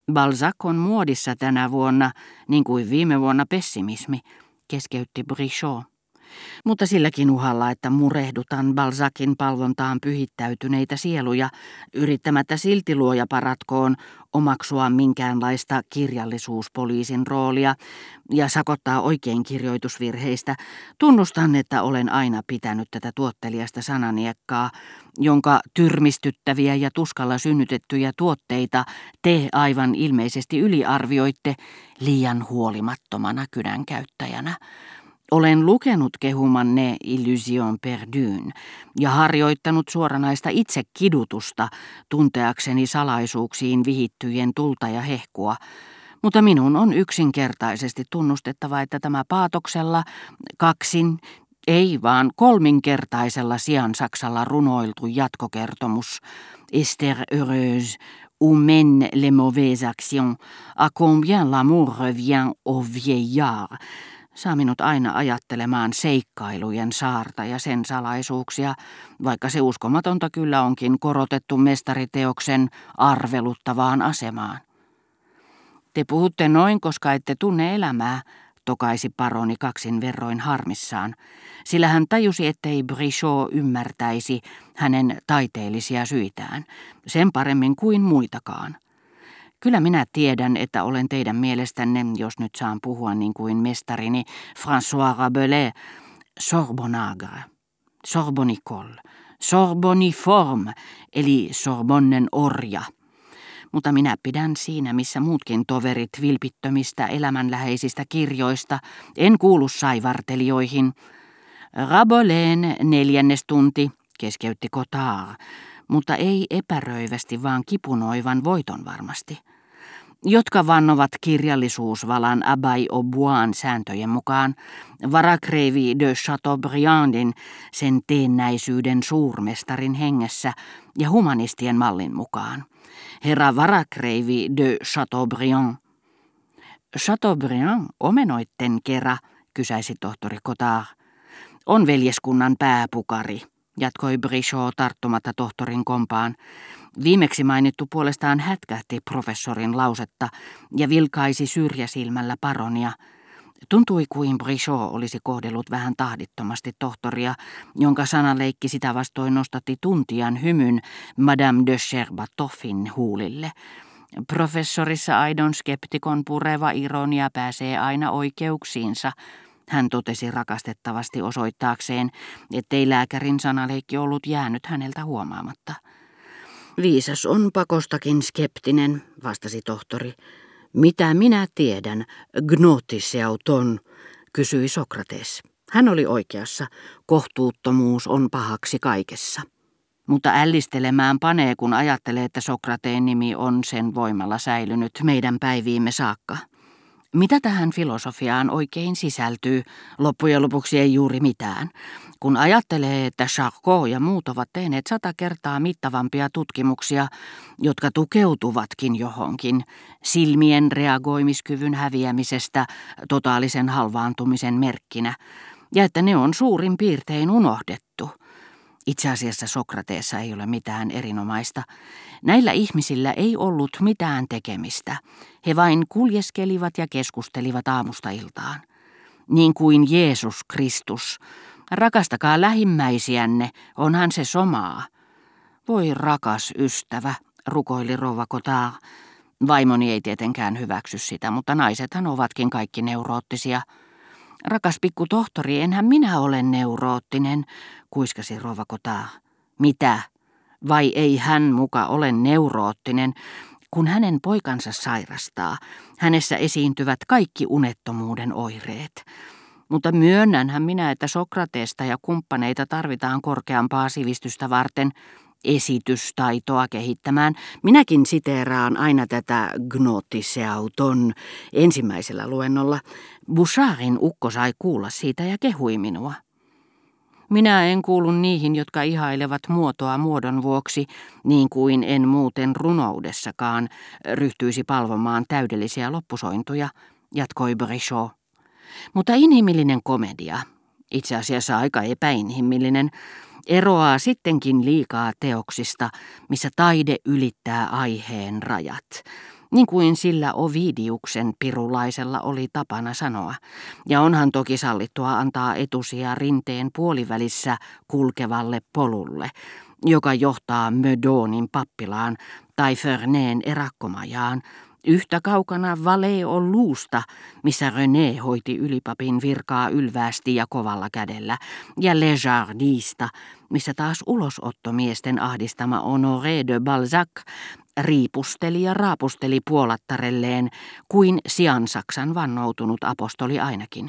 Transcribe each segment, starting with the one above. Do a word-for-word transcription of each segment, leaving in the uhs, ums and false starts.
Balzac on muodissa tänä vuonna, niin kuin viime vuonna pessimismi, keskeytti Brichot. Mutta silläkin uhalla, että murehdutan Balzacin palvontaan pyhittäytyneitä sieluja, yrittämättä silti luoja paratkoon omaksua minkäänlaista kirjallisuuspoliisin roolia ja sakottaa oikein kirjoitusvirheistä, tunnustan, että olen aina pitänyt tätä tuottelijasta sananiekkaa, jonka tyrmistyttäviä ja tuskalla synnytettyjä tuotteita te aivan ilmeisesti yliarvioitte liian huolimattomana kynänkäyttäjänä. Olen lukenut kehumanne Illusion perduen ja harjoittanut suoranaista itsekidutusta tunteakseni salaisuuksiin vihittyjen tulta ja hehkua, mutta minun on yksinkertaisesti tunnustettava, että tämä paatoksella kaksin, ei vaan kolminkertaisella siansaksalla runoiltu jatkokertomus Esther heureuse, où mènent les mauvaises actions, à combien l'amour revient au vieillard, saa minut aina ajattelemaan seikkailujen saarta ja sen salaisuuksia, vaikka se uskomatonta kyllä onkin korotettu mestariteoksen arveluttavaan asemaan. Te puhutte noin, koska ette tunne elämää, tokaisi paroni kaksin verroin harmissaan, sillä hän tajusi, ettei Brichot ymmärtäisi hänen taiteellisia syitään, sen paremmin kuin muitakaan. Kyllä minä tiedän, että olen teidän mielestänne, jos nyt saan puhua niin kuin mestarini François Rabelais, sorbonagre, sorbonicole, sorboniforme, eli sorbonnen orja. Mutta minä pidän siinä, missä muutkin toverit vilpittömistä elämänläheisistä kirjoista, en kuulu saivartelijoihin. Rabelaisen neljännes tunti, keskeytti Cottard, mutta ei epäröivästi, vaan kipunoivan voiton varmasti, jotka vannovat kirjallisuusvalan Abbaye au Boisin sääntöjen mukaan, varakreivi de Chateaubriandin sen teennäisyyden suurmestarin hengessä ja humanistien mallin mukaan. Herra varakreivi de Chateaubriand. Chateaubriand omenoitten kera, kysäisi tohtori Cottard, on veljeskunnan pääpukari, jatkoi Brichot tarttumatta tohtorin kompaan. Viimeksi mainittu puolestaan hätkähti professorin lausetta ja vilkaisi syrjäsilmällä paronia. Tuntui kuin Brichot olisi kohdellut vähän tahdittomasti tohtoria, jonka sanaleikki sitä vastoin nostatti tuntijan hymyn Madame de Cherbattoffin huulille. Professorissa aidon skeptikon pureva ironia pääsee aina oikeuksiinsa, hän totesi rakastettavasti osoittaakseen, ettei lääkärin sanaleikki ollut jäänyt häneltä huomaamatta. Viisas on pakostakin skeptinen, vastasi tohtori. Mitä minä tiedän, gnotiseuton, kysyi Sokrates. Hän oli oikeassa, kohtuuttomuus on pahaksi kaikessa. Mutta ällistelemään panee, kun ajattelee, että Sokrateen nimi on sen voimalla säilynyt meidän päiviimme saakka. Mitä tähän filosofiaan oikein sisältyy? Loppujen lopuksi ei juuri mitään. Kun ajattelee, että Charcot ja muut ovat tehneet sata kertaa mittavampia tutkimuksia, jotka tukeutuvatkin johonkin, silmien reagoimiskyvyn häviämisestä totaalisen halvaantumisen merkkinä, ja että ne on suurin piirtein unohdettu. Itse asiassa Sokrateessa ei ole mitään erinomaista. Näillä ihmisillä ei ollut mitään tekemistä. He vain kuljeskelivat ja keskustelivat aamusta iltaan. Niin kuin Jeesus Kristus. Rakastakaa lähimmäisiänne, onhan se somaa. Voi rakas ystävä, rukoili rouva Cottard. Vaimoni ei tietenkään hyväksy sitä, mutta naisethan ovatkin kaikki neuroottisia. Rakas pikku tohtori, enhän minä ole neuroottinen, kuiskasi rouva Cottard. Mitä? Vai ei hän muka ole neuroottinen? Kun hänen poikansa sairastaa, hänessä esiintyvät kaikki unettomuuden oireet. Mutta myönnänhän minä, että Sokratesta ja kumppaneita tarvitaan korkeampaa sivistystä varten, esitystaitoa kehittämään. Minäkin siteeraan aina tätä gnotiseuton ensimmäisellä luennolla. Bouchardin ukko sai kuulla siitä ja kehui minua. Minä en kuulu niihin, jotka ihailevat muotoa muodon vuoksi, niin kuin en muuten runoudessakaan ryhtyisi palvomaan täydellisiä loppusointuja, jatkoi Brichot. Mutta inhimillinen komedia, itse asiassa aika epäinhimillinen, eroaa sittenkin liikaa teoksista, missä taide ylittää aiheen rajat. niin kuin sillä Ovidiuksen pirulaisella oli tapana sanoa, ja onhan toki sallittua antaa etusija rinteen puolivälissä kulkevalle polulle, joka johtaa Meudonin pappilaan tai Ferneen erakkomajaan, yhtä kaukana Valéon luusta, missä René hoiti ylipapin virkaa ylväästi ja kovalla kädellä, ja Le Jardista, missä taas ulosottomiesten ahdistama Honoré de Balzac riipusteli ja raapusteli puolattarelleen kuin Siansaksan vannoutunut apostoli ainakin.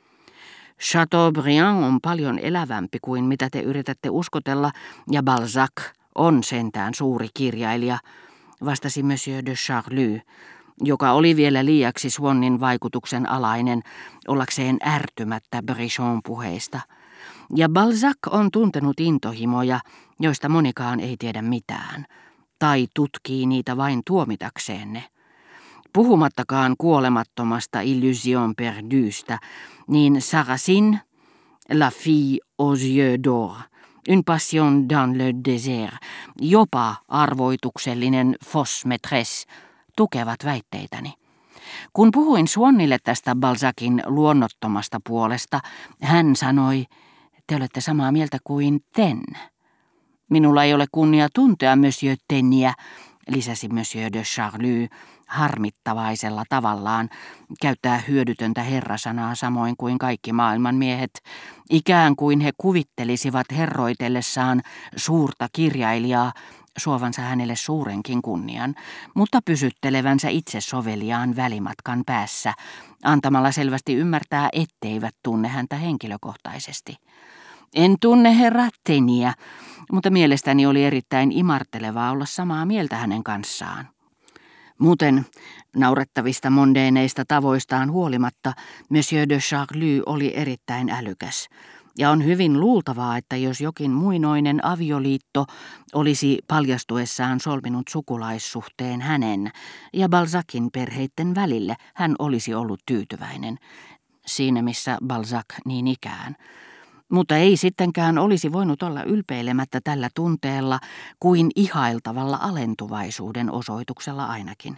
Chateaubriand on paljon elävämpi kuin mitä te yritätte uskotella, ja Balzac on sentään suuri kirjailija, vastasi Monsieur de Charlus, joka oli vielä liiaksi Swannin vaikutuksen alainen ollakseen ärtymättä Brichon puheista. Ja Balzac on tuntenut intohimoja, joista monikaan ei tiedä mitään, tai tutkii niitä vain tuomitakseenne. Puhumattakaan kuolemattomasta Illusion perdusta, niin Sarrasine, La fille aux yeux d'or, Une passion dans le désert, jopa arvoituksellinen Fausse maîtresse, tukevat väitteitäni. Kun puhuin Swannille tästä Balzacin luonnottomasta puolesta, hän sanoi, te olette samaa mieltä kuin Ten. Minulla ei ole kunnia tuntea Monsieur Teniä, lisäsi Monsieur de Charlus harmittavaisella tavallaan, käyttää hyödytöntä herrasanaa samoin kuin kaikki maailman miehet, ikään kuin he kuvittelisivat herroitellessaan suurta kirjailijaa, suovansa hänelle suurenkin kunnian, mutta pysyttelevänsä itse soveliaan välimatkan päässä, antamalla selvästi ymmärtää, etteivät tunne häntä henkilökohtaisesti. En tunne herra Teniä, mutta mielestäni oli erittäin imartelevaa olla samaa mieltä hänen kanssaan. Muuten naurettavista mondeeneista tavoistaan huolimatta Monsieur de Charlus oli erittäin älykäs, ja on hyvin luultavaa, että jos jokin muinoinen avioliitto olisi paljastuessaan solminut sukulaissuhteen hänen ja Balzacin perheitten välille, hän olisi ollut tyytyväinen, siinä missä Balzac niin ikään. Mutta ei sittenkään olisi voinut olla ylpeilemättä tällä tunteella kuin ihailtavalla alentuvaisuuden osoituksella ainakin.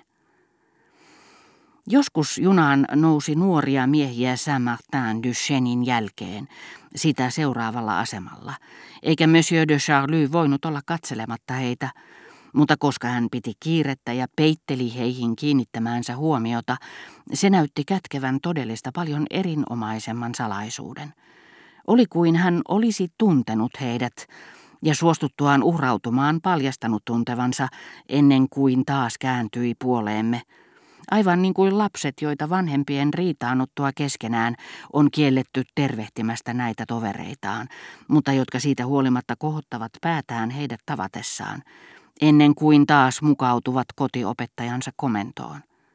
Joskus junaan nousi nuoria miehiä Saint-Martin-du-Chenin jälkeen, sitä seuraavalla asemalla, eikä Monsieur de Charlus voinut olla katselematta heitä, mutta koska hän piti kiirettä ja peitteli heihin kiinnittämäänsä huomiota, se näytti kätkevän todellista paljon erinomaisemman salaisuuden. Oli kuin hän olisi tuntenut heidät ja suostuttuaan uhrautumaan paljastanut tuntevansa ennen kuin taas kääntyi puoleemme. Aivan niin kuin lapset, joita vanhempien riitaannuttua keskenään on kielletty tervehtimästä näitä tovereitaan, mutta jotka siitä huolimatta kohottavat päätään heidät tavatessaan, ennen kuin taas mukautuvat kotiopettajansa komentoon.